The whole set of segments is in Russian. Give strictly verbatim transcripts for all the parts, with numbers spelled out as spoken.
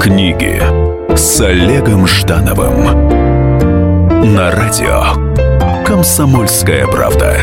Книги с Олегом Ждановым на радио «Комсомольская правда».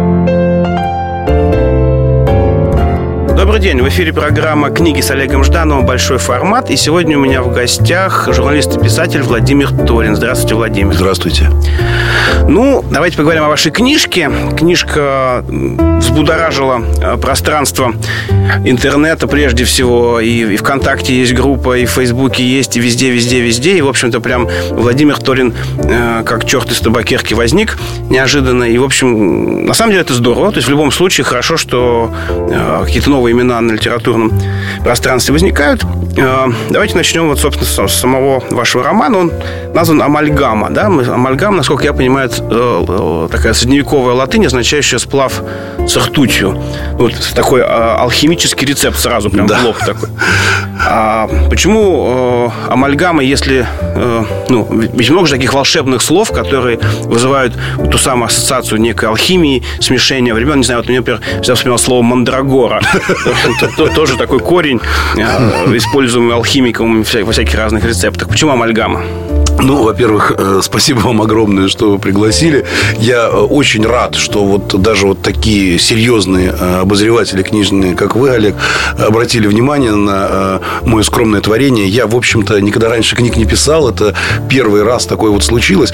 Добрый день, в эфире программа «Книги с Олегом Ждановым. Большой формат». И сегодня у меня в гостях журналист и писатель Владимир Торин. Здравствуйте, Владимир. Здравствуйте. Ну, давайте поговорим о вашей книжке. Книжка взбудоражила пространство интернета прежде всего. И, и ВКонтакте есть группа, и в Фейсбуке есть, и везде, везде, везде. И, в общем-то, прям Владимир Торин э, как черт из табакерки возник неожиданно. И, в общем, на самом деле это здорово. То есть в любом случае хорошо, что э, какие-то новые имена на литературном пространстве возникают. Э, давайте начнем вот, собственно, с самого вашего романа. Он назван «Амальгама». Да? Амальгама, насколько я понимаю, это такая средневековая латынь, означающая сплав с ртутью. Вот такой э, алхимический рецепт сразу, прям да. в лоб такой. А почему э, амальгама, если... Э, ну, ведь много же таких волшебных слов, которые вызывают ту самую ассоциацию некой алхимии, смешения времен. Не знаю, вот мне, например, всегда вспоминал слово «мандрагора». Тоже такой корень, используемый алхимиком во всяких разных рецептах. Почему амальгама? Ну, во-первых, спасибо вам огромное, что вы пригласили. Я очень рад, что вот даже вот такие серьезные обозреватели книжные, как вы, Олег, обратили внимание на мое скромное творение. Я, в общем-то, никогда раньше книг не писал. Это первый раз такое вот случилось.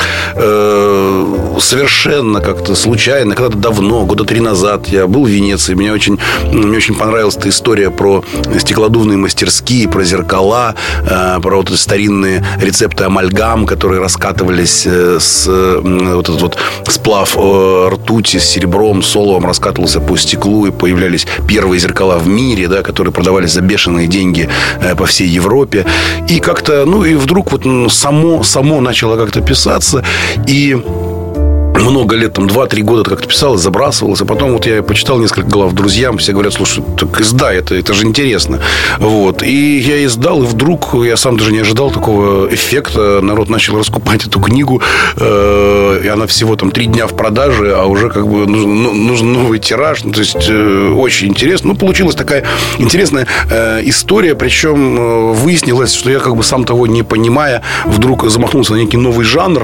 Совершенно как-то случайно, когда-то давно, года три назад, я был в Венеции. Мне очень, мне очень понравилась эта история про стеклодувные мастерские, про зеркала, про вот эти старинные рецепты амальгам, которые раскатывались с вот этот вот сплав ртути с серебром, с оловом раскатывался по стеклу, и появлялись первые зеркала в мире, да, которые продавались за бешеные деньги по всей Европе. И как-то, ну и вдруг вот само, само начало как-то писаться, и много лет, там, два-три года как-то писалось, забрасывалось. А потом вот я почитал несколько глав друзьям. Все говорят, слушай, так издай, это, это же интересно. Вот. И я издал, и вдруг я сам даже не ожидал такого эффекта. Народ начал раскупать эту книгу. И она всего там три дня в продаже, а уже как бы нужен, нужен новый тираж. Ну, то есть очень интересно. Ну, получилась такая интересная история. Причем выяснилось, что я как бы сам того не понимая, вдруг замахнулся на некий новый жанр,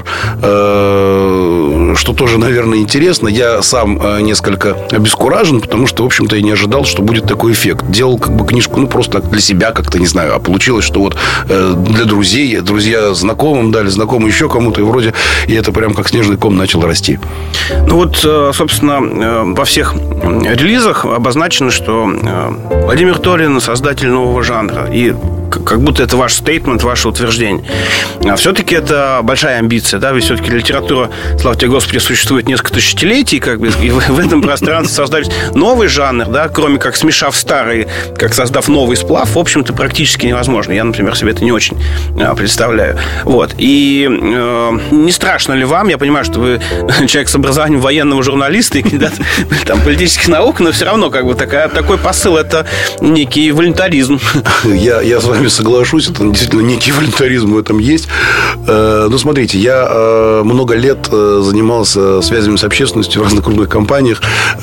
что тоже, наверное, интересно. Я сам э, несколько обескуражен, потому что, в общем-то, я не ожидал, что будет такой эффект. Делал как бы книжку, ну, просто для себя как-то, не знаю. А получилось, что вот э, для друзей, друзья знакомым дали, знакомые еще кому-то. И вроде и это прям как снежный ком начал расти. Ну, вот, собственно, во всех релизах обозначено, что Владимир Торин – создатель нового жанра. И как будто это ваш стейтмент, ваше утверждение. А все-таки это большая амбиция, да? Ведь все-таки литература, слава тебе, Господи, существует несколько тысячелетий, как бы, и в, в этом пространстве создать новый жанр, да, кроме как смешав старый, как создав новый сплав, в общем-то, практически невозможно. Я, например, себе это не очень а, представляю. Вот. И э, не страшно ли вам, я понимаю, что вы человек с образованием военного журналиста и кандидат там, политических наук, но все равно как бы такая, такой посыл, это некий волюнтаризм. Я, я с вами соглашусь, это действительно некий волюнтаризм в этом есть. Ну, смотрите, я много лет занимался связями с общественностью в разных крупных компаниях.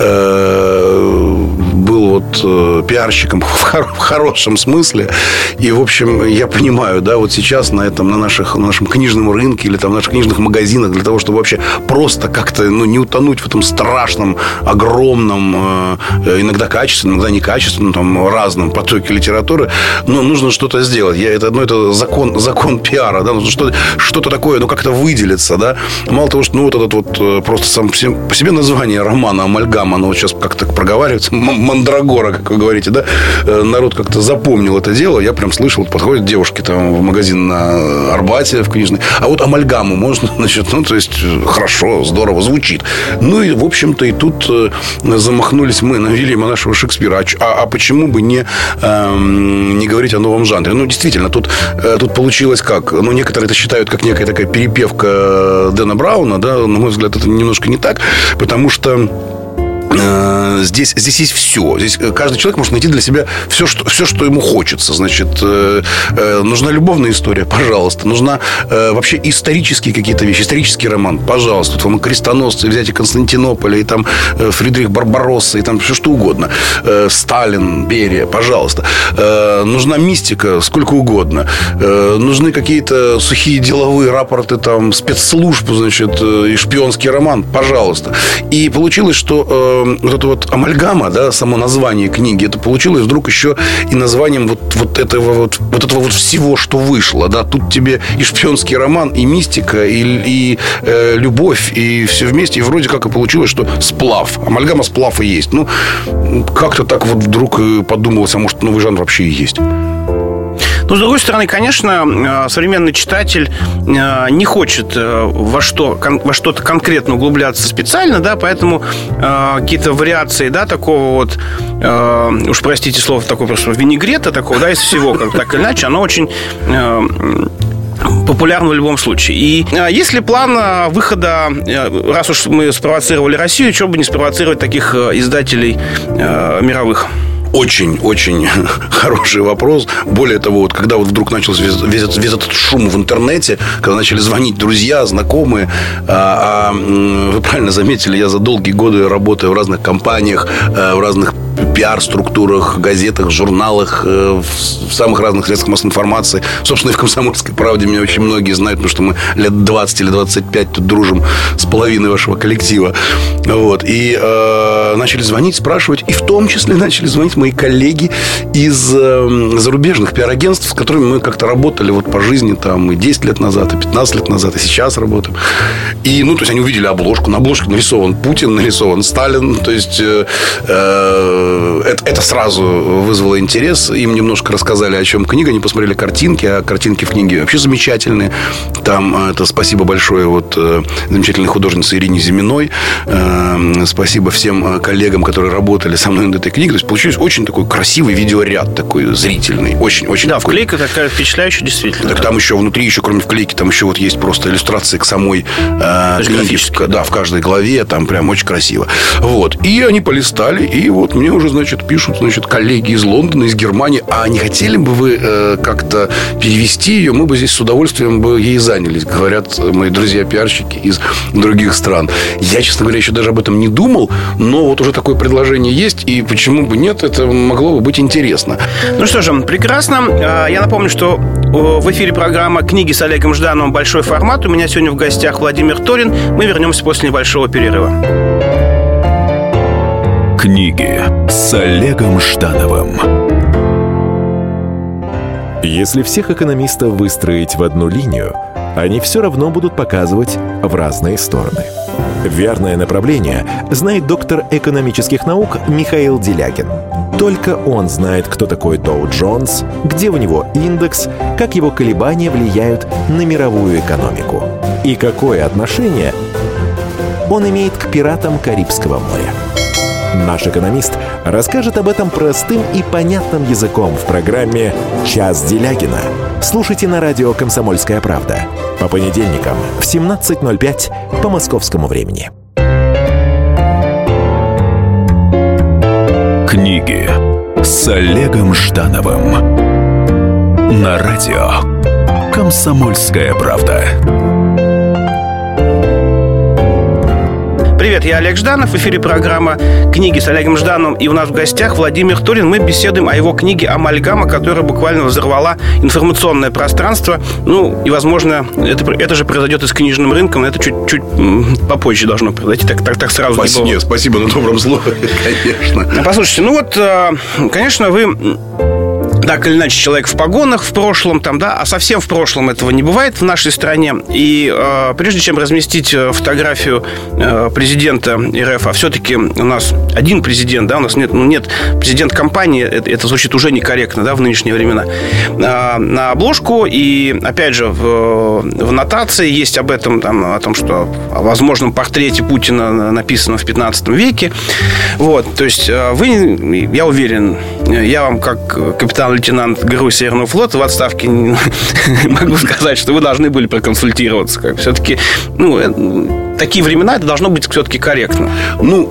Был вот пиарщиком в хорошем смысле. И, в общем, я понимаю, да, вот сейчас на этом, на, наших, на нашем книжном рынке или там в наших книжных магазинах, для того, чтобы вообще просто как-то, ну, не утонуть в этом страшном, огромном, иногда качественном, иногда некачественном, там, разном потоке литературы, ну, нужно что-то сделать. Я, это, ну, это закон, закон пиара, да, нужно что-то, что-то такое, ну, как-то выделиться, да. Мало того, что, ну, вот этот вот просто сам по себе, по себе название романа «Амальгама», оно вот сейчас как-то проговаривается, мандрагора, как вы говорите, да, народ как-то запомнил это дело. Я прям слышал, подходят девушки там в магазин на Арбате, в книжный, а вот амальгаму можно, значит, ну, то есть, хорошо, здорово звучит. Ну, и, в общем-то, и тут замахнулись мы на Вильяма нашего Шекспира. А, а почему бы не, эм, не говорить о новом жанре? Ну, действительно, тут, тут получилось как? Ну, некоторые это считают как некая такая перепевка Дэна Брауна, да, на мой взгляд, это немножко не так, потому что Здесь, здесь есть все. Здесь каждый человек может найти для себя все, что, все, что ему хочется. Значит, нужна любовная история, пожалуйста. Нужна вообще исторические какие-то вещи, исторический роман, пожалуйста. Тут вам и крестоносцы, взять и Константинополя, и там Фридрих Барбаросса, и там все что угодно. Сталин, Берия, пожалуйста. Нужна мистика, сколько угодно. Нужны какие-то сухие деловые рапорты там, спецслужб, значит, и шпионский роман, пожалуйста. И получилось, что вот эта вот амальгама, да, само название книги, это получилось вдруг еще и названием вот, вот, этого, вот, вот этого вот всего, что вышло. Да. Тут тебе и шпионский роман, и мистика, и, и э, любовь, и все вместе. И вроде как и получилось, что сплав. Амальгама сплав и есть. Ну, как-то так вот вдруг подумалось, а может, новый жанр вообще и есть. Но, с другой стороны, конечно, современный читатель не хочет во, что, во что-то конкретно углубляться специально, да, поэтому какие-то вариации, да, такого вот, уж простите слово, такого просто винегрета такого, да, из всего, как так или иначе, оно очень популярно в любом случае. И если план выхода, раз уж мы спровоцировали Россию, чего бы не спровоцировать таких издателей мировых? Очень-очень хороший вопрос. Более того, вот когда вот вдруг начался весь, весь, весь этот шум в интернете, когда начали звонить друзья, знакомые, а, а, вы правильно заметили, я за долгие годы работаю в разных компаниях, в разных пиар-структурах, газетах, журналах, в самых разных средствах массовой информации. Собственно, и в «Комсомольской правде» меня очень многие знают, потому что мы лет двадцать или двадцать пять тут дружим с половиной вашего коллектива. Вот. И э, начали звонить, спрашивать. И в том числе начали звонить мои коллеги из э, зарубежных пиар-агентств, с которыми мы как-то работали вот по жизни там и десять лет назад, и пятнадцать лет назад, и сейчас работаем. И, ну, то есть они увидели обложку. На обложке нарисован Путин, нарисован Сталин. То есть э, э, это, это сразу вызвало интерес. Им немножко рассказали, о чем книга. Они посмотрели картинки. А картинки в книге вообще замечательные. Там это спасибо большое вот замечательной художнице Ирине Зиминой. Спасибо всем коллегам, которые работали со мной над этой книгой. То есть получился очень такой красивый видеоряд, такой зрительный. Очень-очень. Да, такой... вклейка такая впечатляющая, действительно. Так да. Там еще внутри, еще кроме вклейки, там еще вот есть просто иллюстрации к самой э, книге. Да, в каждой главе. Там прям очень красиво. Вот. И они полистали. И вот мне уже, значит, пишут, значит, коллеги из Лондона, из Германии. А не хотели бы вы э, как-то перевести ее? Мы бы здесь с удовольствием бы ей занялись. Говорят мои друзья-пиарщики из других стран. Я, честно говоря, еще даже об этом не думал. Но вот уже такое предложение есть. И почему бы нет? Это могло бы быть интересно. Ну что же, прекрасно. Я напомню, что в эфире программа «Книги с Олегом Ждановым. Большой формат». У меня сегодня в гостях Владимир Торин. Мы вернемся после небольшого перерыва. Книги с Олегом Ждановым. Если всех экономистов выстроить в одну линию, они все равно будут показывать в разные стороны. Верное направление знает доктор экономических наук Михаил Делягин. Только он знает, кто такой Доу Джонс, где у него индекс, как его колебания влияют на мировую экономику и какое отношение он имеет к пиратам Карибского моря. Наш экономист расскажет об этом простым и понятным языком в программе «Час Делягина». Слушайте на радио «Комсомольская правда» по понедельникам в семнадцать ноль пять по московскому времени. Книги с Олегом Ждановым на радио «Комсомольская правда». Привет, я Олег Жданов. В эфире программа «Книги с Олегом Ждановым». И у нас в гостях Владимир Торин. Мы беседуем о его книге «Амальгама», которая буквально взорвала информационное пространство. Ну, и, возможно, это, это же произойдет и с книжным рынком. Это чуть-чуть попозже должно произойти. Так, так, так сразу спасибо, не было. Нет, спасибо на добром слове, конечно. Послушайте, ну вот, конечно, вы... Так или иначе, человек в погонах в прошлом, там, да, а совсем в прошлом этого не бывает в нашей стране. И э, прежде чем разместить фотографию э, президента РФ, а все-таки у нас один президент, да, у нас нет, ну, нет президент компании, это, это звучит уже некорректно, да, в нынешние времена, э, на обложку. И, опять же, в, в нотации есть об этом, там, о том, что о возможном портрете Путина написано в пятнадцатом веке. Вот, то есть вы, я уверен, я вам как капитан генерал-лейтенант ГРУ Северного флота в отставке, могу сказать, что вы должны были проконсультироваться. Как все-таки, ну, такие времена, это должно быть все-таки корректно. Ну,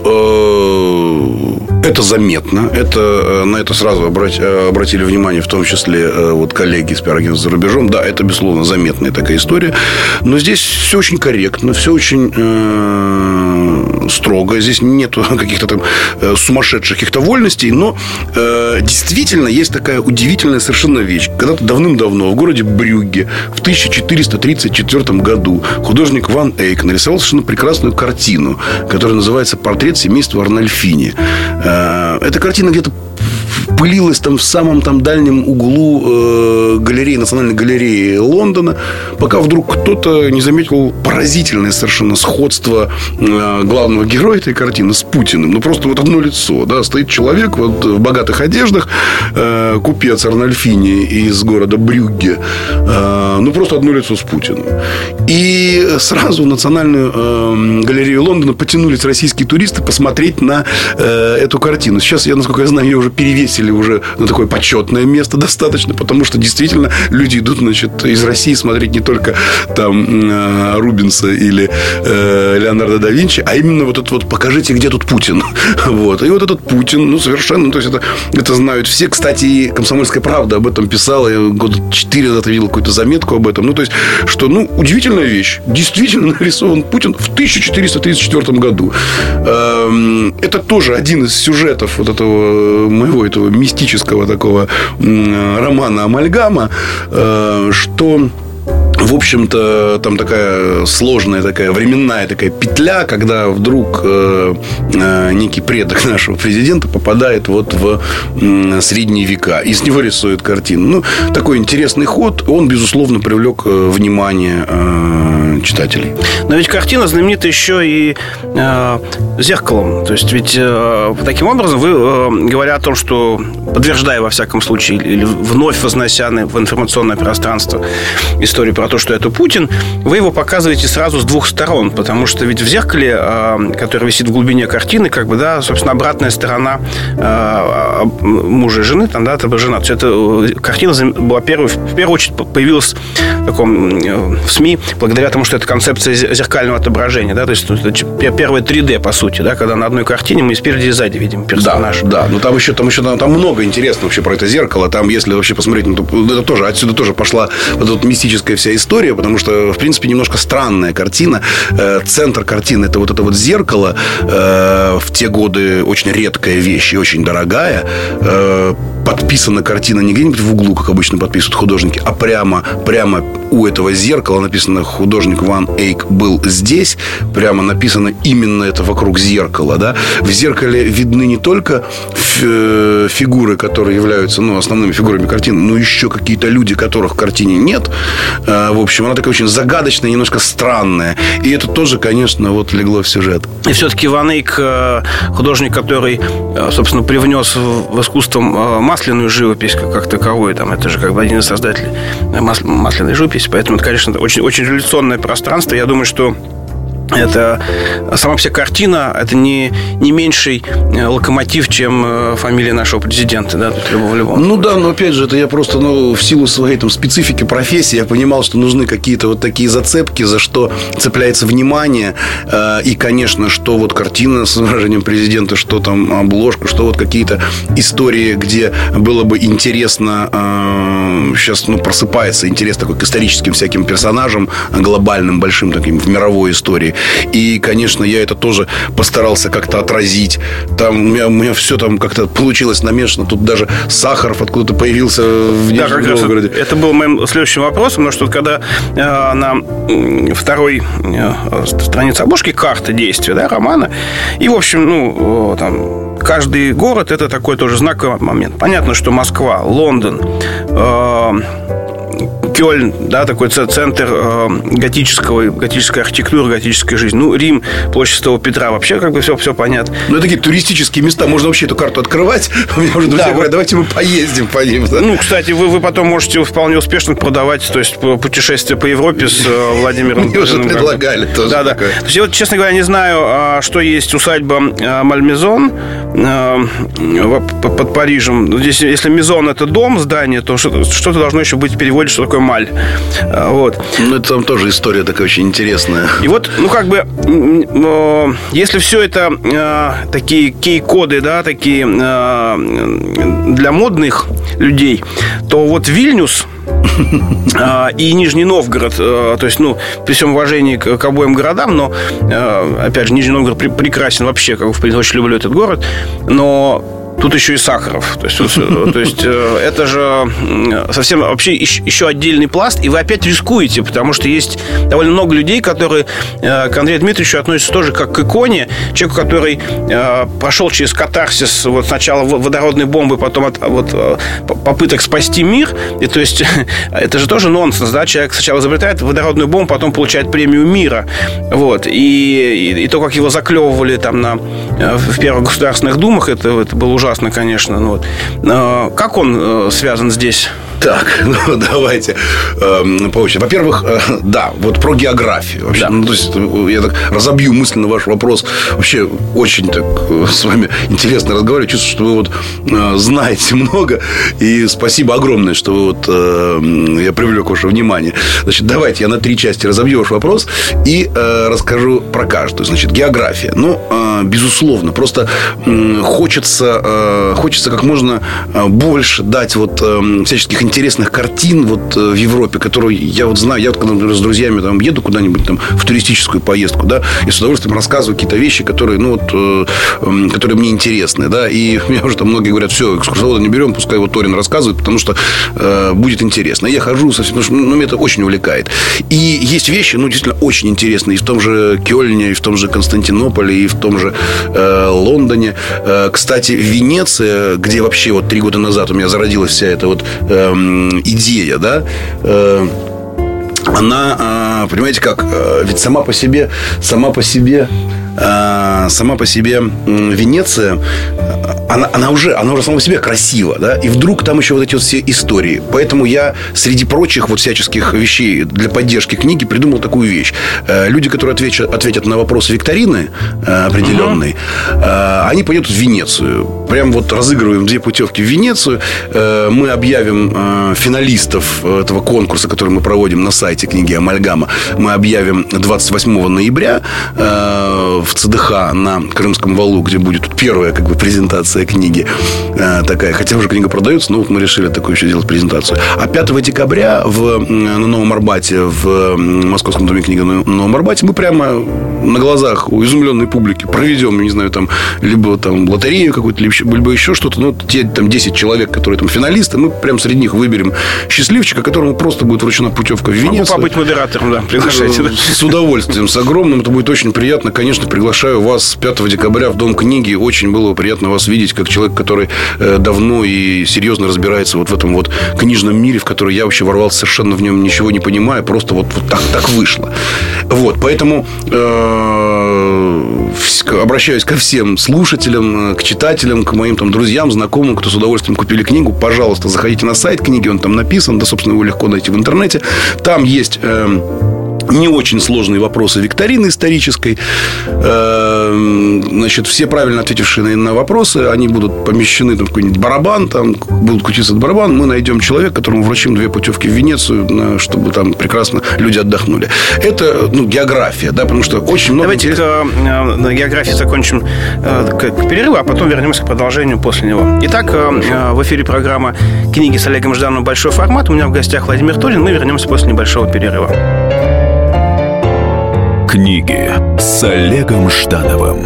это заметно. Это, на это сразу обратили внимание, в том числе вот коллеги из пиар-агентства за рубежом. Да, это, безусловно, заметная такая история. Но здесь все очень корректно, все очень э, строго. Здесь нету каких-то там сумасшедших каких-то вольностей. Но э, действительно есть такая удивительная совершенно вещь. Когда-то давным-давно в городе Брюгге в тысяча четыреста тридцать четвёртом году художник Ван Эйк нарисовал совершенно прекрасную картину, которая называется «Портрет семейства Арнольфини». Эта картина где-то пылилась там в самом там дальнем углу э, галереи, Национальной галереи Лондона, пока вдруг кто-то не заметил поразительное совершенно сходство э, главного героя этой картины с Путиным. Ну, просто вот одно лицо, да, стоит человек вот в богатых одеждах, э, купец Арнольфини из города Брюгге, э, ну, просто одно лицо с Путиным. И сразу в Национальную э, галерею Лондона потянулись российские туристы посмотреть на э, эту картину. Сейчас, я, насколько я знаю, ее уже перевесили уже на такое почетное место достаточно, потому что действительно люди идут, значит, из России смотреть не только там Рубенса или э, Леонардо да Винчи, а именно вот это вот «покажите, где тут Путин». Вот. И вот этот Путин, ну, совершенно, ну, то есть это, это знают все. Кстати, и «Комсомольская правда» об этом писала. Я года четыре назад видел какую-то заметку об этом. Ну, то есть, что, ну, удивительная вещь. Действительно нарисован Путин в тысяча четыреста тридцать четвёртом году. Эм, это тоже один из сюжетов вот этого моего этого мистического такого романа «Амальгама», что... В общем-то, там такая сложная такая временная такая петля, когда вдруг э, э, некий предок нашего президента попадает вот в э, средние века и с него рисует картину. Ну, такой интересный ход. Он, безусловно, привлек э, внимание э, читателей. Но ведь картина знаменита еще и э, зеркалом. То есть, ведь э, таким образом вы, э, говоря о том, что, подтверждая во всяком случае или вновь вознося в информационное пространство историю про то, что это Путин, вы его показываете сразу с двух сторон, потому что ведь в зеркале, которое висит в глубине картины, как бы, да, собственно, обратная сторона мужа и жены, там, да, отображена. То есть эта картина была первой, в первую очередь появилась в таком в СМИ благодаря тому, что это концепция зеркального отображения, да, то есть это первое три дэ, по сути, да, когда на одной картине мы и спереди и сзади видим персонажа. Да, да, но там еще, там еще там, там много интересного вообще про это зеркало. Там, если вообще посмотреть, ну, это тоже, отсюда тоже пошла вот эта вот мистическая вся история, потому что, в принципе, немножко странная картина. Центр картины — это вот это вот зеркало. В те годы очень редкая вещь и очень дорогая. Подписана картина не где-нибудь в углу, как обычно подписывают художники, а прямо, прямо у этого зеркала написано: художник Ван Эйк был здесь. Прямо написано именно это вокруг зеркала, да? В зеркале видны не только фигуры, которые являются, ну, основными фигурами картины, но еще какие-то люди, которых в картине нет. В общем, она такая очень загадочная, немножко странная. И это тоже, конечно, вот легло в сюжет. И все-таки Ван Эйк художник, который, собственно, привнес в искусство масляную живопись как таковую. Там, это же как бы один из создателей масляной живописи. Поэтому это, конечно, очень, очень революционное пространство. Я думаю, что это сама вся картина, это не, не меньший локомотив, чем фамилия нашего президента, да, тут любого любого. Ну да, но опять же, это я просто, ну, в силу своей там специфики профессии, я понимал, что нужны какие-то вот такие зацепки, за что цепляется внимание. И, конечно, что вот картина с изображением президента, что там обложка, что вот какие-то истории, где было бы интересно, сейчас, ну, просыпается интерес такой к историческим всяким персонажам, глобальным, большим таким, в мировой истории. И, конечно, я это тоже постарался как-то отразить. Там у меня, у меня все там как-то получилось намешано. Тут даже Сахаров откуда-то появился в Нижнем Новгороде. Да, это был моим следующим вопросом, потому что когда э, на второй э, странице обложки карта действия, да, романа, и, в общем, ну, э, там, каждый город — это такой тоже знаковый момент. Понятно, что Москва, Лондон, э, Кёльн, да, такой центр э, готического, готической архитектуры, готической жизни. Ну, Рим, площадь Святого Петра, вообще как бы все, все понятно. Ну, это такие туристические места, можно вообще эту карту открывать. У меня уже друзья да, говорят, вот... давайте мы поездим по ним. Да? Ну, кстати, вы, вы потом можете вполне успешно продавать, то есть путешествие по Европе с э, Владимиром. Мне уже предлагали тоже. Да, да. То есть я вот, честно говоря, не знаю, что есть усадьба Мальмезон под Парижем. Здесь, если Мезон — это дом, здание, то что-то должно еще быть в переводе, что такое Маль. Вот. Ну, это там тоже история такая очень интересная. И вот, ну, как бы, если все это э, такие кей-коды, да, такие э, для модных людей, то вот Вильнюс э, и Нижний Новгород, э, то есть, ну, при всем уважении к, к обоим городам, но, э, опять же, Нижний Новгород пр- прекрасен вообще, как бы, в принципе, очень люблю этот город, но тут еще и Сахаров. То есть, то есть это же совсем вообще еще отдельный пласт. И вы опять рискуете, потому что есть довольно много людей, которые к Андрею Дмитриевичу относятся тоже как к иконе. Человеку, который прошел через катарсис вот сначала водородной бомбы, потом от вот, попыток спасти мир. И то есть это же тоже нонсенс, да? Человек сначала изобретает водородную бомбу, потом получает премию мира. Вот. И, и, и то, как его заклевывали там на, в первых государственных думах, это, это было ужасно. Конечно. Ну, вот. Но как он э, связан здесь? Так, ну давайте э, по очереди. Во-первых, э, да, вот про географию. Вообще, да. Ну, то есть я так разобью мысленно ваш вопрос. Вообще очень так э, с вами интересно разговаривать. Чувствую, что вы вот э, знаете много. И спасибо огромное, что вы вот э, я привлек ваше внимание. Значит, давайте я на три части разобью ваш вопрос и э, расскажу про каждую. Значит, география. Ну, э, безусловно, просто э, хочется, э, хочется как можно больше дать вот э, всяческих интересных картин вот в Европе, которую я вот знаю. Я вот когда, например, с друзьями там еду куда-нибудь там в туристическую поездку, да, и с удовольствием рассказываю какие-то вещи, которые, ну вот, э, которые мне интересны, да, и меня уже там многие говорят, все, экскурсовода не берем, пускай вот Торин рассказывает, потому что э, будет интересно. И я хожу совсем, потому что ну, меня это очень увлекает. И есть вещи, ну, действительно, очень интересные и в том же Кёльне, и в том же Константинополе, и в том же э, Лондоне. Э, кстати, Венеция, где вообще вот три года назад у меня зародилась вся эта вот э, идея, да, э, она, э, понимаете как, э, ведь сама по себе, сама по себе, э, сама по себе э, Венеция, она, она, уже, она уже сама по себе красива, да, и вдруг там еще вот эти вот все истории. Поэтому я среди прочих вот всяческих вещей для поддержки книги придумал такую вещь. Э, люди, которые отвечат, ответят на вопросы викторины э, определенной, uh-huh. э, они поедут в Венецию. Прям вот разыгрываем две путевки в Венецию. Э, мы объявим э, финалистов этого конкурса, который мы проводим на сайте книги «Амальгама». Мы объявим двадцать восьмого ноября э, в ЦДХ на Крымском валу, где будет первая как бы презентация книги э, такая. Хотя уже книга продается, но вот мы решили такую еще делать презентацию. А пятого декабря в, на Новом Арбате, в Московском доме книги на Новом Арбате, мы прямо на глазах у изумленной публики проведем, не знаю, там, либо там лотерею какую-то, либо, либо еще что-то. Ну, те там десять человек, которые там финалисты, мы прям среди них выберем счастливчика, которому просто будет вручена путевка в Венецию. Могу побыть модератором, да, приглашайте. С удовольствием, с огромным. Это будет очень приятно. Конечно, приглашаю вас пятого декабря в Дом книги. Очень было приятно вас видеть как человек, который э, давно и серьезно разбирается вот в этом вот книжном мире, в который я вообще ворвался совершенно в нем, ничего не понимая, просто вот, вот так, так вышло. Вот, поэтому э, обращаюсь ко всем слушателям, к читателям, к моим там друзьям, знакомым, кто с удовольствием купили книгу. Пожалуйста, заходите на сайт книги, он там написан, да, собственно, его легко найти в интернете. Там есть... Э, не очень сложные вопросы викторины исторической. Значит, все правильно ответившие на вопросы, они будут помещены там в какой-нибудь барабан, там будут крутиться этот барабан, мы найдем человека, которому вручим две путевки в Венецию, чтобы там прекрасно люди отдохнули. Это, ну, география, да, потому что очень много... Давайте интерес... к, на географии закончим к перерыву, а потом вернемся к продолжению после него. Итак, в эфире программа «Книги с Олегом Ждановым. Большой формат». У меня в гостях Владимир Торин. Мы вернемся после небольшого перерыва. Книги с Олегом Ждановым.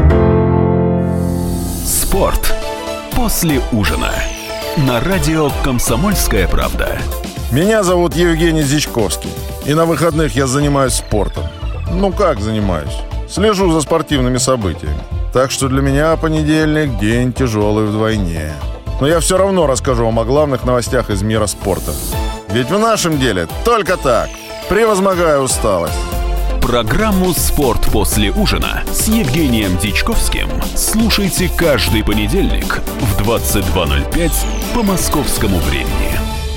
Спорт после ужина. На радио «Комсомольская правда». Меня зовут Евгений Зичковский. И на выходных я занимаюсь спортом. Ну как занимаюсь? Слежу за спортивными событиями. Так что для меня понедельник – день тяжелый вдвойне. Но я все равно расскажу вам о главных новостях из мира спорта. Ведь в нашем деле только так, превозмогая усталость. Программу «Спорт после ужина» с Евгением Дичковским слушайте каждый понедельник в двадцать два ноль пять по московскому времени.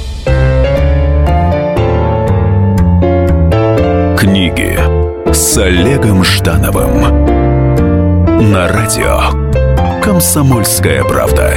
Книги с Олегом Ждановым на радио «Комсомольская правда».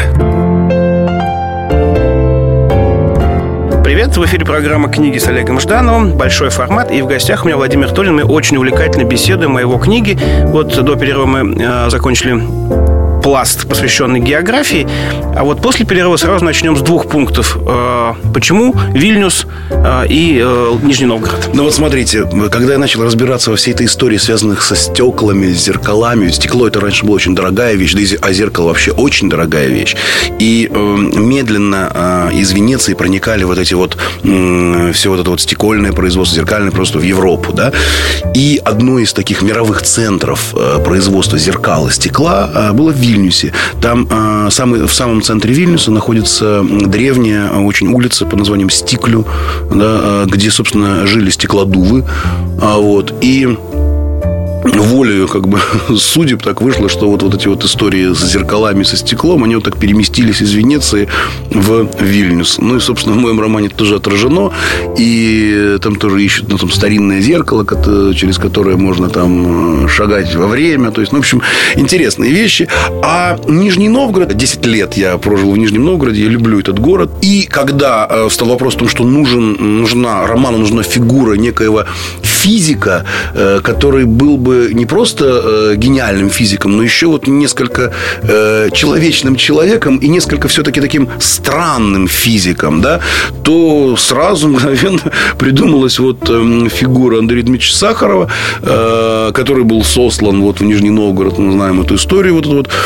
Привет, в эфире программа «Книги» с Олегом Ждановым. Большой формат, и в гостях у меня Владимир Торин. Мы очень увлекательно беседуем о его книге. Вот до перерыва мы э, закончили пласт, посвященный географии. А вот после перерыва сразу начнем с двух пунктов. Э, почему Вильнюс э, и э, Нижний Новгород? Ну вот смотрите, когда я начал разбираться во всей этой истории, связанных со стеклами, с зеркалами. Стекло — это раньше была очень дорогая вещь, да и, а зеркало вообще очень дорогая вещь. И э, медленно э, из Венеции проникали вот эти вот э, все вот это вот стекольное производство, зеркальное производство в Европу, да. И одно из таких мировых центров э, производства зеркал и стекла э, было в Вильнюсе. Там э, самый, в самом центре Вильнюса находится древняя очень улица под названием Стиклю, да, где, собственно, жили стеклодувы. А, вот, и волею, как бы, судеб так вышло, что вот, вот эти вот истории с зеркалами, со стеклом, они вот так переместились из Венеции в Вильнюс. Ну и, собственно, в моем романе это тоже отражено. И там тоже ищут, ну, там старинное зеркало, через которое можно там шагать во время. То есть, ну, в общем, интересные вещи. А Нижний Новгород, десять лет я прожил в Нижнем Новгороде, я люблю этот город. И когда встал вопрос о том, что нужен, нужна, роману нужна фигура некоего физика, который был бы не просто э, гениальным физиком, но еще вот несколько э, человечным человеком и несколько все-таки таким странным физиком, да, то сразу мгновенно придумалась вот э, фигура Андрея Дмитриевича Сахарова, э, который был сослан вот в Нижний Новгород. Мы знаем эту историю, вот, вот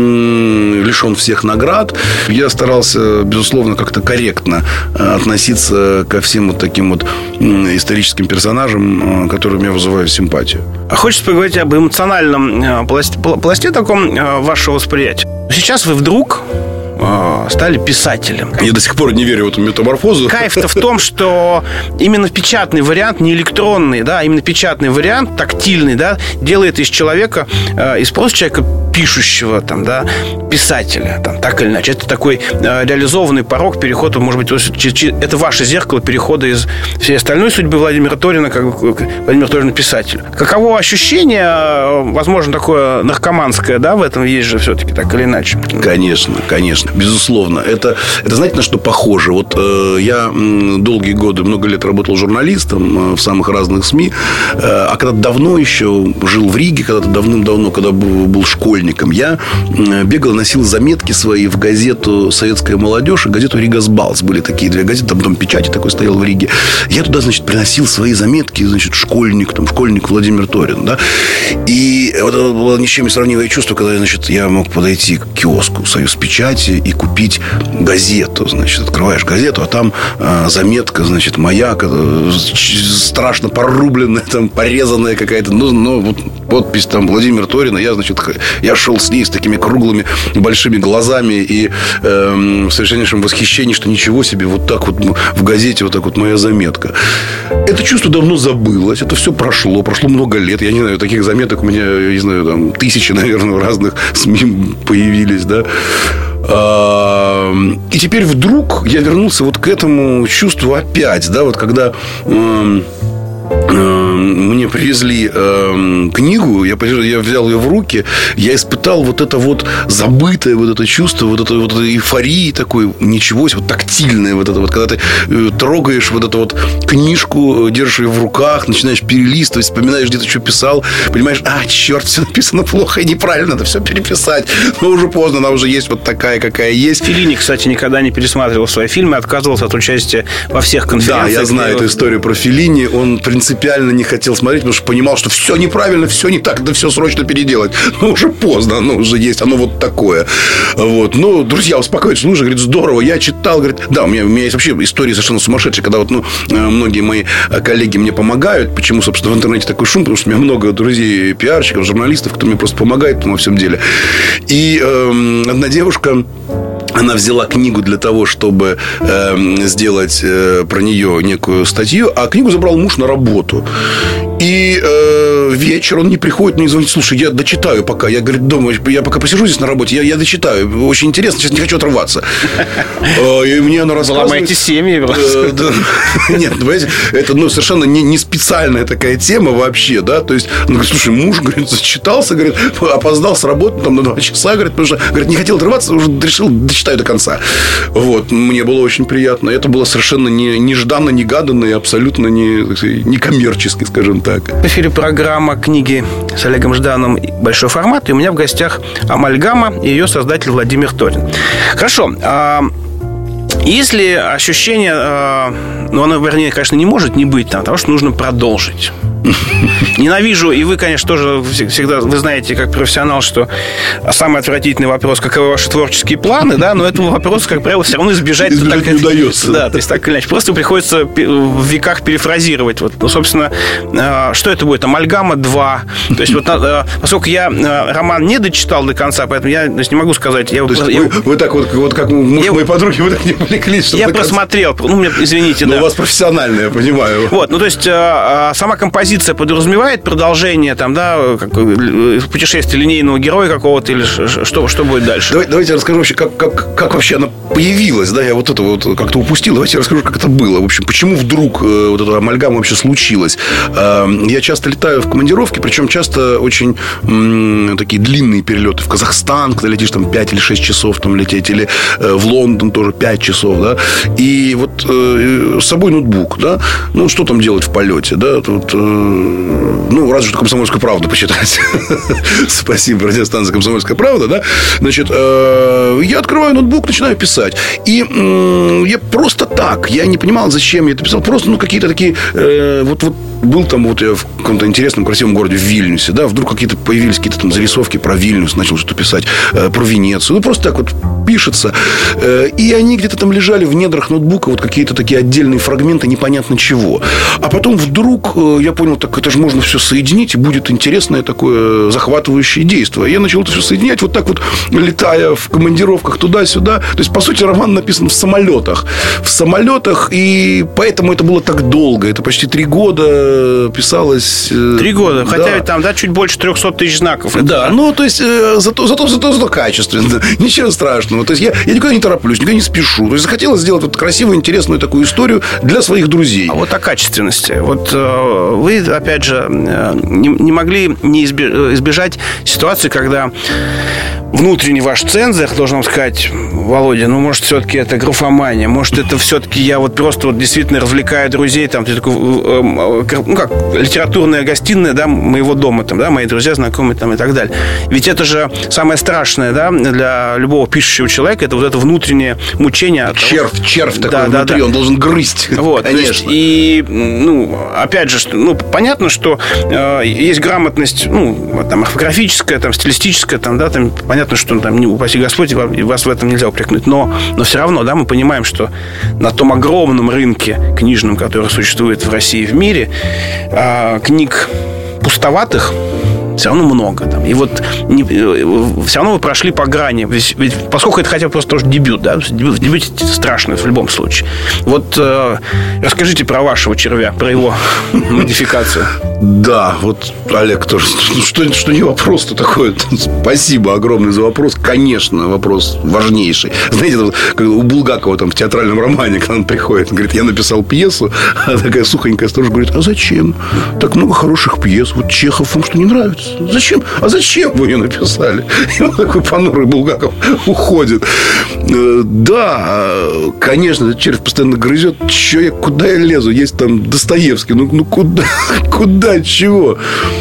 э, лишен всех наград. Я старался, безусловно, как-то корректно э, относиться ко всем вот таким вот э, историческим персонажам, э, которые меня вызывают симпатию. А хочется поговорить об эмоциональном пласте, пласте таком вашего восприятия. Сейчас вы вдруг стали писателем. Я до сих пор не верю в эту метаморфозу. Кайф-то в том, что именно печатный вариант, не электронный, да, именно печатный вариант, тактильный, да, делает из человека, из просто человека пишущего, там, да, писателя, там, так или иначе. Это такой реализованный порог перехода, может быть, это ваше зеркало перехода из всей остальной судьбы Владимира Торина, как Владимир Торин писатель. Каково ощущение, возможно, такое наркоманское, да, в этом есть же все-таки, так или иначе? Конечно, конечно. Безусловно. Это, это знаете, на что похоже? Вот э, я долгие годы, много лет работал журналистом э, в самых разных СМИ. Э, а когда давно еще жил в Риге, когда-то давным-давно, когда был, был школьником, я э, бегал, носил заметки свои в газету «Советская молодежь» и газету «Ригасбалс». Были такие две газеты, там дом печати такой стоял в Риге. Я туда, значит, приносил свои заметки, значит, школьник, там, школьник Владимир Торин, да. И вот это было ни с чем не сравнимое чувство, когда, значит, я мог подойти к киоску «Союз печати» и купить газету. Значит, открываешь газету, а там э, заметка, значит, моя, э, страшно порубленная, там, порезанная какая-то, ну, ну вот подпись там Владимир Торин. Я, значит, я шел с ней с такими круглыми большими глазами и э, в совершеннейшем восхищении, что ничего себе, вот так вот в газете, вот так вот моя заметка. Это чувство давно забылось, это все прошло, прошло много лет. Я не знаю, таких заметок у меня, я не знаю, там, тысячи, наверное, в разных СМИ появились, да. И теперь вдруг я вернулся вот к этому чувству опять, да, вот когда э, э, мне привезли э, книгу, я, я взял ее в руки, я испытал вот это вот забытое вот это чувство, вот это вот это эйфории такой, ничего себе, вот тактильное вот это вот, когда ты э, трогаешь вот эту вот книжку, держишь ее в руках, начинаешь перелистывать, вспоминаешь, где ты что писал, понимаешь, а, черт, все написано плохо и неправильно, надо все переписать, но уже поздно, она уже есть вот такая, какая есть. Феллини, кстати, никогда не пересматривал свои фильмы, отказывался от участия во всех конференциях. Да, я знаю эту историю про Феллини, он принципиально не хотел смотреть, потому что понимал, что все неправильно, все не так, надо все срочно переделать. Но уже поздно, оно уже есть, оно вот такое. Вот. Ну, друзья, успокойтесь, ну, уже, говорит, здорово, я читал, говорит, да, у меня, у меня есть вообще истории совершенно сумасшедшие, когда вот, ну, многие мои коллеги мне помогают. Почему, собственно, в интернете такой шум? Потому что у меня много друзей, пиарщиков, журналистов, кто мне просто помогает во всем деле. И э, одна девушка она взяла книгу для того, чтобы э, сделать э, про нее некую статью, а книгу забрал муж на работу. И э, вечер он не приходит, мне звонит: слушай, я дочитаю пока. Я, говорит, дома, я пока посижу здесь на работе, я, я дочитаю. Очень интересно, сейчас не хочу отрываться. И мне она рассказывает... Ломайте семьи. Нет, понимаете, это ну, совершенно не, не специальная такая тема вообще, да. То есть, он говорит: слушай, муж, говорит, зачитался, говорит, опоздал с работы там, на два часа, говорит, потому что, говорит, не хотел отрываться, уже решил дочитаю до конца. Вот, мне было очень приятно. Это было совершенно не, нежданно, негаданно и абсолютно не, не коммерчески, скажем так. В эфире программа «Книги» с Олегом Ждановым «Большой формат». И у меня в гостях «Амальгама» и ее создатель Владимир Торин. Хорошо. Если ощущение, ну, оно, вернее, конечно, не может не быть, там, потому что нужно продолжить. Ненавижу, и вы, конечно, тоже всегда, вы знаете, как профессионал, что самый отвратительный вопрос: каковы ваши творческие планы, да, но этого вопроса, как правило, все равно избежать, избежать так, не удается. Да, то есть так или иначе. Просто приходится в веках перефразировать. Вот, ну, собственно, что это будет? «Амальгама два». То есть, вот, поскольку я роман не дочитал до конца, поэтому я то есть, не могу сказать. Я, то есть я, вы, вы так вот, вот как муж я, моей подруги, вы так не увлеклись, что я просмотрел, ну, мне, извините, но да. у вас профессионально, я понимаю. Вот, ну, то есть, сама композиция подразумевает продолжение там, да, как, путешествие линейного героя какого-то, или что, что будет дальше? Давай, давайте я расскажу вообще, как, как, как вообще она появилась, да, я вот это вот как-то упустил. Давайте я расскажу, как это было. В общем, почему вдруг э, вот эта амальгама вообще случилась. Э, я часто летаю в командировки, причем часто очень м, такие длинные перелеты в Казахстан, когда летишь там пять или шесть часов там лететь, или э, в Лондон тоже пять часов, да, и вот э, с собой ноутбук, да, ну, что там делать в полете, да, тут, э, ну, разве что «Комсомольскую правду» почитать. Спасибо, радиостанция «Комсомольская правда», да, значит, э, я открываю ноутбук, начинаю писать, и э, я просто так, я не понимал, зачем я это писал, просто, ну, какие-то такие, э, вот, вот, был там вот я в каком-то интересном, красивом городе в Вильнюсе, да, вдруг какие-то появились какие-то там зарисовки про Вильнюс, начал что-то писать, э, про Венецию, ну, просто так вот пишется, э, и они где-то там лежали в недрах ноутбука, вот какие-то такие отдельные фрагменты непонятно чего, а потом вдруг э, я понял, так это же можно все соединить, и будет интересное такое захватывающее действие. Я начал это все соединять, вот так вот, летая в командировках туда-сюда, то есть, по сути, роман написан в самолетах, в самолетах, и поэтому это было так долго, это почти три года писалось. Три года, да. Хотя ведь там, да, чуть больше трехсот тысяч знаков. Да, ну, то есть, э, зато, зато, зато, зато качественно. Ничего страшного. То есть, я, я никогда не тороплюсь, никогда не спешу. То есть, захотелось сделать вот красивую, интересную такую историю для своих друзей. А вот о качественности. Вот э, вы, опять же, э, не, не могли не избежать ситуации, когда внутренний ваш цензор должен вам сказать: Володя, ну, может, все-таки это графомания, может, это все-таки я вот просто вот действительно развлекаю друзей, там, ты такой, э, э, ну, как литературная гостиная, да, моего дома, там, да, мои друзья, знакомые, там, и так далее. Ведь это же самое страшное, да, для любого пишущего человека, это вот это внутреннее мучение. Червь, того, червь такой да, внутри, да, да. Он должен грызть, вот, конечно. Есть, и, ну, опять же, что, ну, понятно, что э, есть грамотность, ну, там, орфографическая, там, стилистическая, там, да, там, понятно, что, там, не упаси Господь, вас в этом нельзя упрекнуть, но, но все равно, да, мы понимаем, что на том огромном рынке книжном, который существует в России и в мире, э, книг пустоватых все равно много там. И вот не, все равно вы прошли по грани. Ведь, ведь, поскольку это хотя бы просто тоже дебют, да? Дебют, в дебюте страшно в любом случае. Вот э, расскажите про вашего червя, про его модификацию. Да, вот, Олег, тоже, что, что не вопрос-то такой. Спасибо огромное за вопрос. Конечно, вопрос важнейший. Знаете, вот, как у Булгакова там в театральном романе, когда он приходит, он говорит: я написал пьесу, а такая сухонькая сторожа говорит: а зачем? Так много хороших пьес. Вот Чехов вам что, не нравится? Зачем? А зачем вы ее написали? И вот такой понурый Булгаков уходит. Да, конечно, этот червь постоянно грызет. Че я, куда я лезу? Есть там Достоевский. Ну, ну куда? Куда? Чего?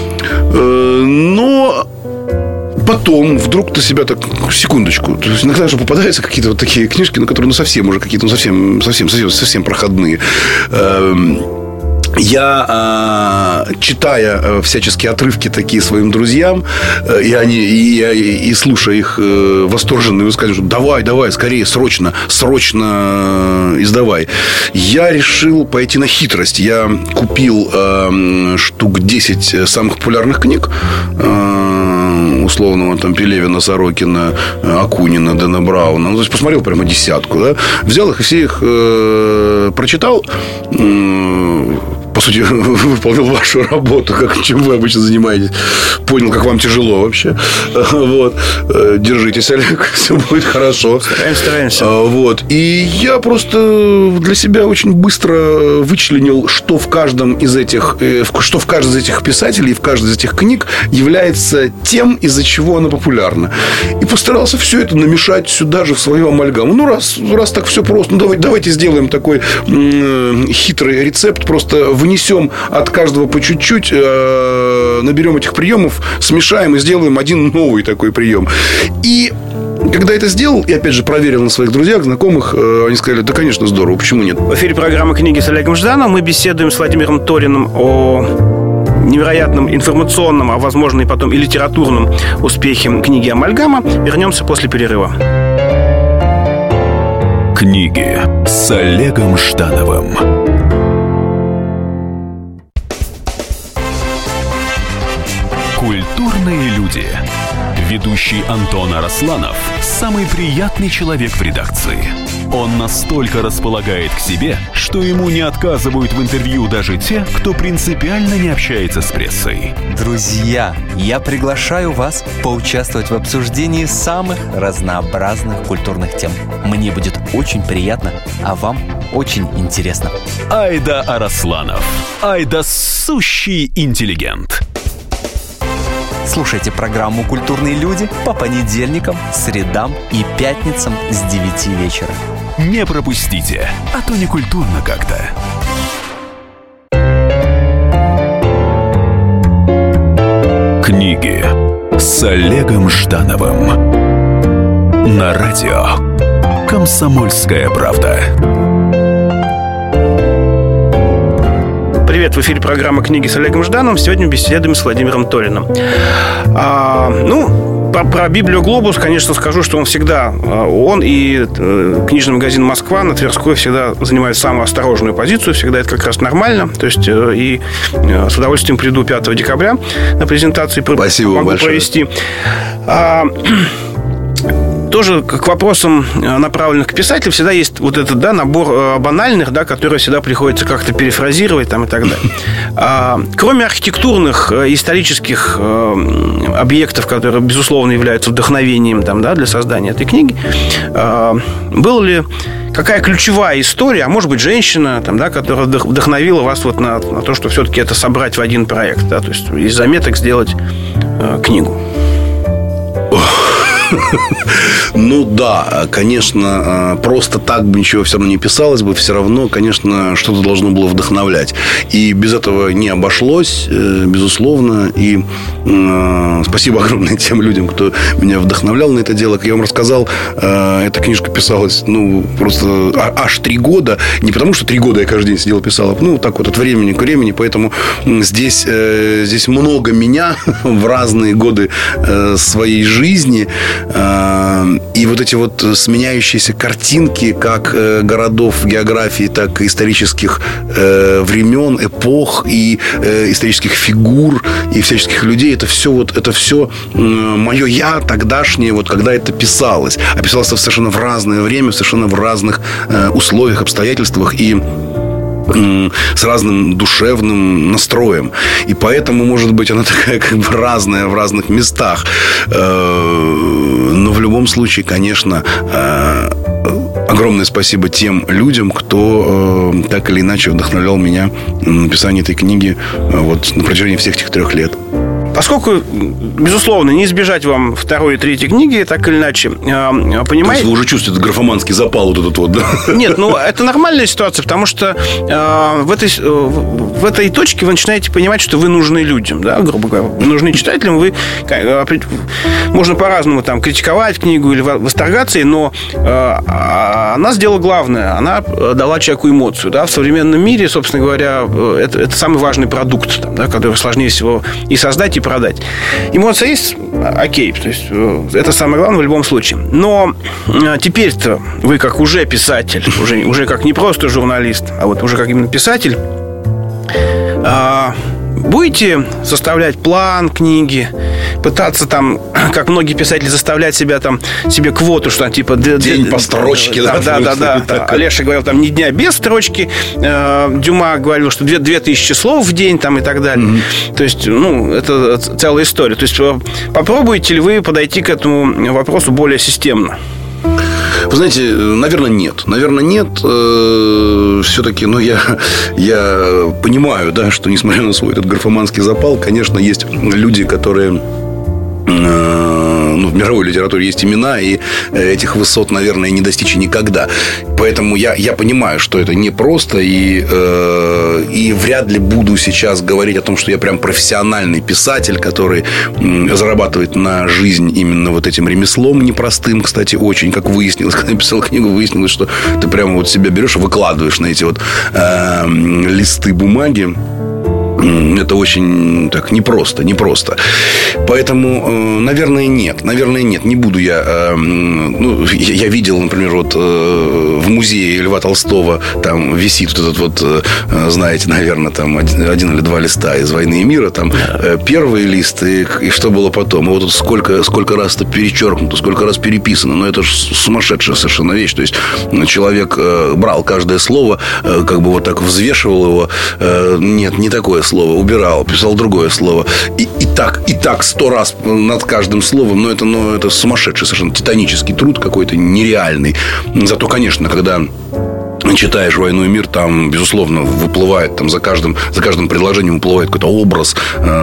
Но потом вдруг ты себя так, секундочку, то есть иногда же попадаются какие-то вот такие книжки, ну, которые ну совсем уже какие-то, ну совсем, совсем, совсем, совсем проходные. Я, читая всяческие отрывки такие своим друзьям, и, они, и, и слушая их восторженные высказывания, что давай, давай, скорее, срочно, срочно издавай, я решил пойти на хитрость. Я купил штук десять самых популярных книг условного там Пелевина, Сорокина, Акунина, Дэна Брауна. Ну, то есть посмотрел прямо десятку, да? Взял их и все их э, прочитал. Э, по сути, выполнил вашу работу, как, чем вы обычно занимаетесь. Понял, как вам тяжело вообще. Вот. Держитесь, Олег, все будет хорошо. Стараемся, стараемся. Вот. И я просто для себя очень быстро вычленил, что в каждом из этих, что в каждом из этих писателей, в каждой из этих книг является тем, из-за чего она популярна. И постарался все это намешать сюда же в свою амальгаму. Ну, раз, раз так все просто, ну, давайте, давайте сделаем такой м- хитрый рецепт. Просто вынесем от каждого по чуть-чуть, э- наберем этих приемов, смешаем и сделаем один новый такой прием. И когда это сделал, и опять же проверил на своих друзьях, знакомых, э- они сказали: да, конечно, здорово, почему нет? В эфире программы «Книги» с Олегом Ждановым. Мы беседуем с Владимиром Ториным о невероятном информационном, а возможно и потом и литературном успехе книги «Амальгама». Вернемся после перерыва. Книги с Олегом Ждановым. Культурные люди. Ведущий Антон Арасланов – самый приятный человек в редакции. Он настолько располагает к себе, что ему не отказывают в интервью даже те, кто принципиально не общается с прессой. Друзья, я приглашаю вас поучаствовать в обсуждении самых разнообразных культурных тем. Мне будет очень приятно, а вам очень интересно. Айда Арасланов. Айда сущий интеллигент. Слушайте программу «Культурные люди» по понедельникам, средам и пятницам с девяти вечера. Не пропустите, а то не культурно как-то. Книги с Олегом Ждановым. На радио «Комсомольская правда». Привет, в эфире программа «Книги» с Олегом Ждановым. Сегодня беседуем с Владимиром Ториным. А, ну, про, про Библию Глобус, конечно, скажу, что он всегда, он и э, книжный магазин «Москва» на Тверской всегда занимают самую осторожную позицию. Всегда это как раз нормально. То есть, э, и э, с удовольствием приду пятого декабря на презентацию. Спасибо могу большое. провести. А, тоже к вопросам, направленных к писателю, всегда есть вот этот, да, набор банальных, да, которые всегда приходится как-то перефразировать там, и так далее. А, кроме архитектурных, исторических а, объектов, которые, безусловно, являются вдохновением там, да, для создания этой книги, а, был ли какая ключевая история, а может быть, женщина, там, да, которая вдохновила вас вот на, на то, что все-таки это собрать в один проект, да, то есть из заметок сделать а, книгу? Ну да, конечно, просто так бы ничего все равно не писалось бы. Все равно, конечно, что-то должно было вдохновлять. И без этого не обошлось, безусловно. И э, спасибо огромное тем людям, кто меня вдохновлял на это дело. Как я вам рассказал, э, эта книжка писалась, ну, просто аж три года. Не потому, что три года я каждый день сидел и писал, ну, так вот от времени к времени. Поэтому здесь, э, здесь много меня в разные годы э, своей жизни. И вот эти вот сменяющиеся картинки как городов, географии, так и исторических времен, эпох и исторических фигур и всяческих людей, это все вот, это все мое я тогдашнее, вот когда это писалось. А писалось это совершенно в разное время, совершенно в разных условиях, обстоятельствах и с разным душевным настроем. И поэтому, может быть, она такая как бы разная в разных местах. Но в любом случае, конечно, огромное спасибо тем людям, кто так или иначе вдохновлял меня на написание этой книги вот на протяжении всех этих трех лет. Поскольку, безусловно, не избежать вам второй и третьей книги, так или иначе, понимаете... То есть вы уже чувствуете этот графоманский запал вот этот вот, да? Нет, ну, это нормальная ситуация, потому что э, в, этой, в этой точке вы начинаете понимать, что вы нужны людям, да, грубо говоря. Вы нужны читателям, вы... Можно по-разному там критиковать книгу или восторгаться ей, но э, она сделала главное. Она дала человеку эмоцию, да. В современном мире, собственно говоря, это, это самый важный продукт, там, да, который сложнее всего и создать, и продать. Эмоция есть, окей, то есть это самое главное в любом случае. Но теперь-то вы как уже писатель, уже, уже как не просто журналист, а вот уже как именно писатель, будете составлять план книги, пытаться там, как многие писатели, заставлять себя там, себе квоту, что типа... День по строчке, да? Да, да, да, да. Олеша говорил, там, ни дня без строчки. Дюма говорил, что две тысячи слов в день там и так далее. Mm-hmm. То есть, ну, это целая история. То есть, попробуете ли вы подойти к этому вопросу более системно? Вы знаете, наверное, нет. Наверное, нет. Все-таки, ну, я, я понимаю, да, что, несмотря на свой этот графоманский запал, конечно, есть люди, которые... Ну, в мировой литературе есть имена, и этих высот, наверное, не достичь никогда. Поэтому я, я понимаю, что это непросто, и, э, и вряд ли буду сейчас говорить о том, что я прям профессиональный писатель, который э, зарабатывает на жизнь именно вот этим ремеслом непростым, кстати, очень, как выяснилось, когда я писал книгу, выяснилось, что ты прямо вот себя берешь и выкладываешь на эти вот э, листы бумаги. Это очень так непросто, непросто. Поэтому, наверное, нет. Наверное, нет. Не буду я... Ну, я видел, например, вот в музее Льва Толстого там висит вот этот вот, знаете, наверное, там один или два листа из «Войны и мира». Там первый лист и, и что было потом. И вот тут сколько, сколько раз это перечеркнуто, сколько раз переписано. Но это же сумасшедшая совершенно вещь. То есть человек брал каждое слово, как бы вот так взвешивал его. Нет, не такое слово. Слово убирал, писал другое слово. И, и так, и так сто раз над каждым словом. Но это, ну, это сумасшедший, совершенно титанический труд какой-то, нереальный. Зато, конечно, когда читаешь «Войну и мир», там, безусловно, выплывает там, за, каждым, за каждым предложением выплывает какой-то образ.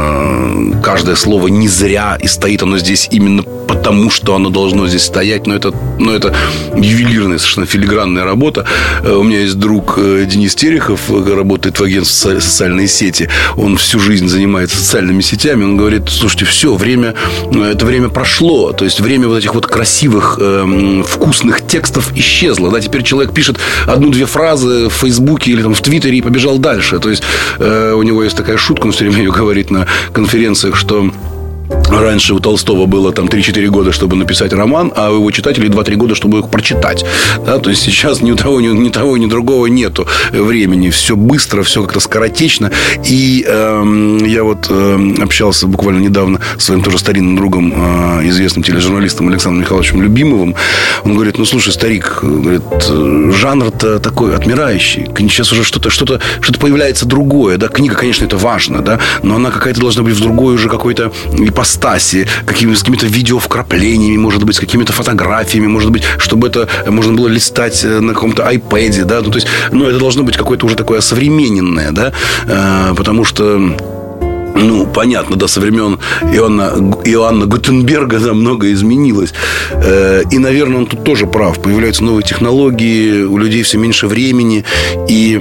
Каждое слово не зря, и стоит оно здесь именно потому, что оно должно здесь стоять. Но это, но это ювелирная, совершенно филигранная работа. У меня есть друг Денис Терехов, работает в агентстве «Социальные сети». Он всю жизнь занимается социальными сетями. Он говорит: слушайте, все, время, это время прошло. То есть время вот этих вот красивых, вкусных текстов исчезло. Да? Теперь человек пишет одну-две фразы в Фейсбуке или там, в Твиттере и побежал дальше. То есть э, у него есть такая шутка, он все время ее говорит на конференциях, что раньше у Толстого было там три-четыре года, чтобы написать роман, а у его читателей два-три года, чтобы их прочитать. Да? То есть сейчас ни у того, ни, ни того, ни другого нету времени. Все быстро, все как-то скоротечно. И э, я вот э, общался буквально недавно с своим тоже старинным другом, э, известным тележурналистом Александром Михайловичем Любимовым. Он говорит: ну, слушай, старик, говорит, жанр-то такой отмирающий. Сейчас уже что-то, что-то, что-то появляется другое. Да? Книга, конечно, это важно, да? Но она какая-то должна быть в другой уже какой-то ипостаси, какими, с какими-то видеовкраплениями, может быть, с какими-то фотографиями, может быть, чтобы это можно было листать на каком-то айпэде, да, ну, то есть, ну, это должно быть какое-то уже такое современное, да, э, потому что, ну, понятно, да, со времен Иоанна, Иоанна Гутенберга, да, многое изменилось. Э, и, наверное, он тут тоже прав. Появляются новые технологии, у людей все меньше времени. И,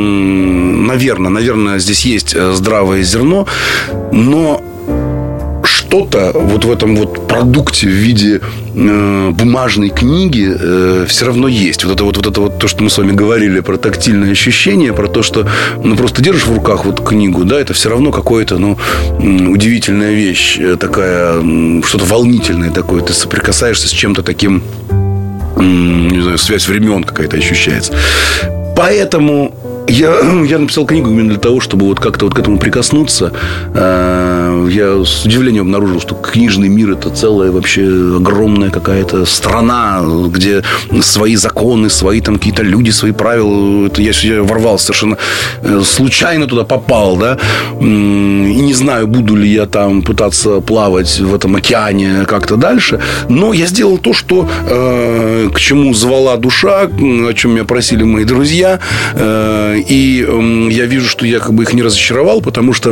м- наверное, наверное, здесь есть здравое зерно, но что-то вот в этом вот продукте в виде э, бумажной книги э, все равно есть. Вот это вот, вот это вот то, что мы с вами говорили про тактильное ощущение, про то, что ну, просто держишь в руках вот книгу, да, это все равно какое-то, ну, удивительная вещь, такая, что-то волнительное такое. Ты соприкасаешься с чем-то таким, не знаю, связь времен какая-то ощущается. Поэтому Я, я написал книгу именно для того, чтобы вот как-то вот к этому прикоснуться. Я с удивлением обнаружил, что книжный мир – это целая вообще огромная какая-то страна, где свои законы, свои там какие-то люди, свои правила. Это я, я ворвался совершенно случайно туда попал, да, и не знаю, буду ли я там пытаться плавать в этом океане как-то дальше. Но я сделал то, что к чему звала душа, о чем меня просили мои друзья. И э, я вижу, что я как бы их не разочаровал, потому что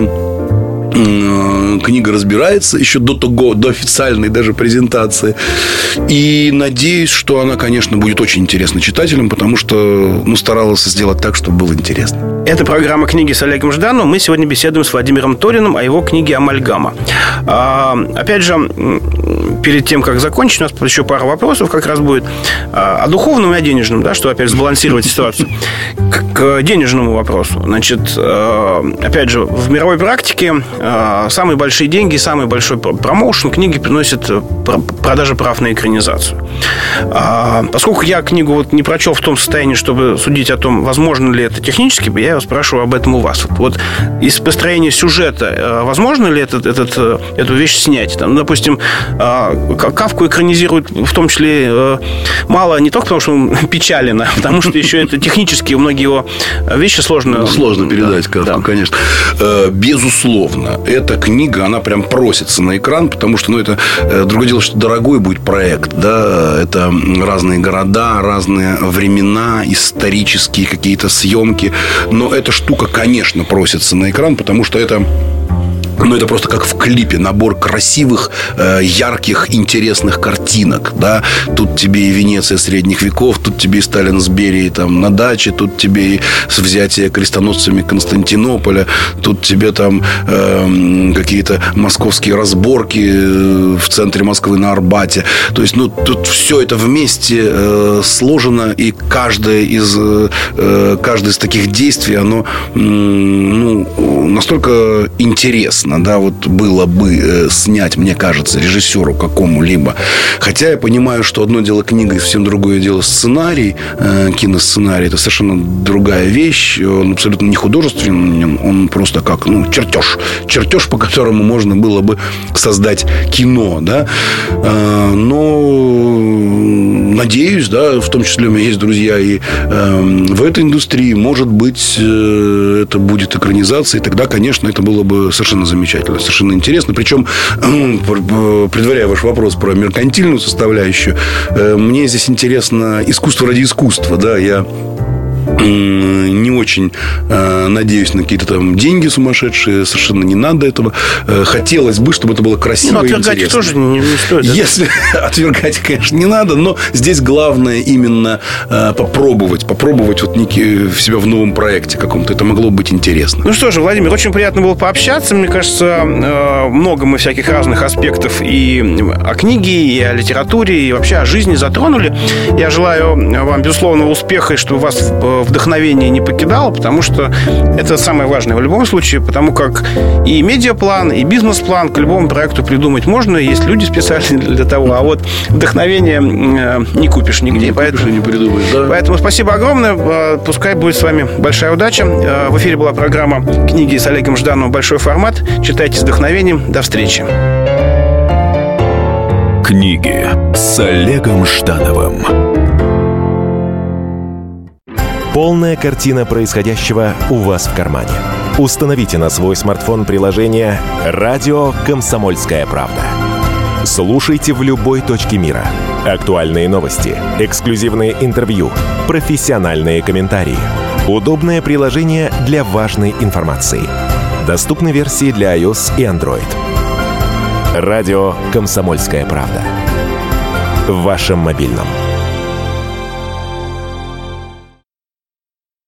э, книга разбирается еще до того, до официальной даже презентации. И надеюсь, что она, конечно, будет очень интересна читателям, потому что ну, старалась сделать так, чтобы было интересно. Это программа «Книги с Олегом Ждановым». Мы сегодня беседуем с Владимиром Ториным о его книге «Амальгама». А, опять же, перед тем, как закончить, у нас еще пара вопросов как раз будет. О духовном и о денежном, да, чтобы опять сбалансировать ситуацию. К денежному вопросу. Значит, опять же, в мировой практике самые большие деньги, самый большой промоушен книги приносят продажа прав на экранизацию. Поскольку я книгу вот не прочел в том состоянии, чтобы судить о том, возможно ли это технически, я его спрашиваю об этом у вас. Вот из построения сюжета возможно ли этот, этот, эту вещь снять? Там, допустим, Кафку экранизируют в том числе мало не только потому, что он печален, а потому что еще это технически многие его вещи сложно... Ну, сложно передать Кафку, да. Конечно. Безусловно, эта книга, она прям просится на экран, потому что, ну, это другое дело, что дорогой будет проект, да, это разные города, разные времена, исторические какие-то съемки, но эта штука, конечно, просится на экран, потому что это... Ну, это просто как в клипе. Набор красивых, э, ярких, интересных картинок, да. Тут тебе и Венеция средних веков, тут тебе и Сталин с Берией там на даче, тут тебе и взятие крестоносцами Константинополя, тут тебе там э, какие-то московские разборки в центре Москвы на Арбате. То есть, ну, тут все это вместе э, сложено, и каждое из, э, каждое из таких действий, оно э, ну, настолько интересно, да, вот было бы э, снять, мне кажется, режиссеру какому-либо. Хотя я понимаю, что одно дело книга и совсем другое дело сценарий, э, киносценарий. Это совершенно другая вещь. Он абсолютно не художественный, он просто как, ну, чертеж. Чертеж, по которому можно было бы создать кино, да. Э, но надеюсь, да, в том числе у меня есть друзья и э, в этой индустрии, может быть, э, это будет экранизация, и тогда, конечно, это было бы совершенно замечательно. Замечательно, совершенно интересно. Причем, предваряя ваш вопрос про меркантильную составляющую, мне здесь интересно искусство ради искусства. Да, я не очень э, надеюсь на какие-то там деньги сумасшедшие. Совершенно не надо этого. Э, хотелось бы, чтобы это было красиво, ну, и интересно. Отвергать тоже не, не стоит. Если отвергать, конечно, не надо, но здесь главное именно э, попробовать. Попробовать вот некий, себя в новом проекте каком-то. Это могло быть интересно. Ну что же, Владимир, очень приятно было пообщаться. Мне кажется, э, много мы всяких разных аспектов и о книге, и о литературе, и вообще о жизни затронули. Я желаю вам безусловного успеха, и чтобы вас вдохновение не покидало, потому что это самое важное в любом случае, потому как и медиаплан, и бизнес-план к любому проекту придумать можно, есть люди специальные для того, а вот вдохновение не купишь нигде. Не поэтому, купишь, не придумаешь, да? Поэтому спасибо огромное. Пускай будет с вами большая удача. В эфире была программа «Книги с Олегом Ждановым. Большой формат». Читайте с вдохновением. До встречи. Книги с Олегом Ждановым. Полная картина происходящего у вас в кармане. Установите на свой смартфон приложение «Радио Комсомольская правда». Слушайте в любой точке мира. Актуальные новости, эксклюзивные интервью, профессиональные комментарии. Удобное приложение для важной информации. Доступны версии для iOS и Android. «Радио Комсомольская правда». В вашем мобильном.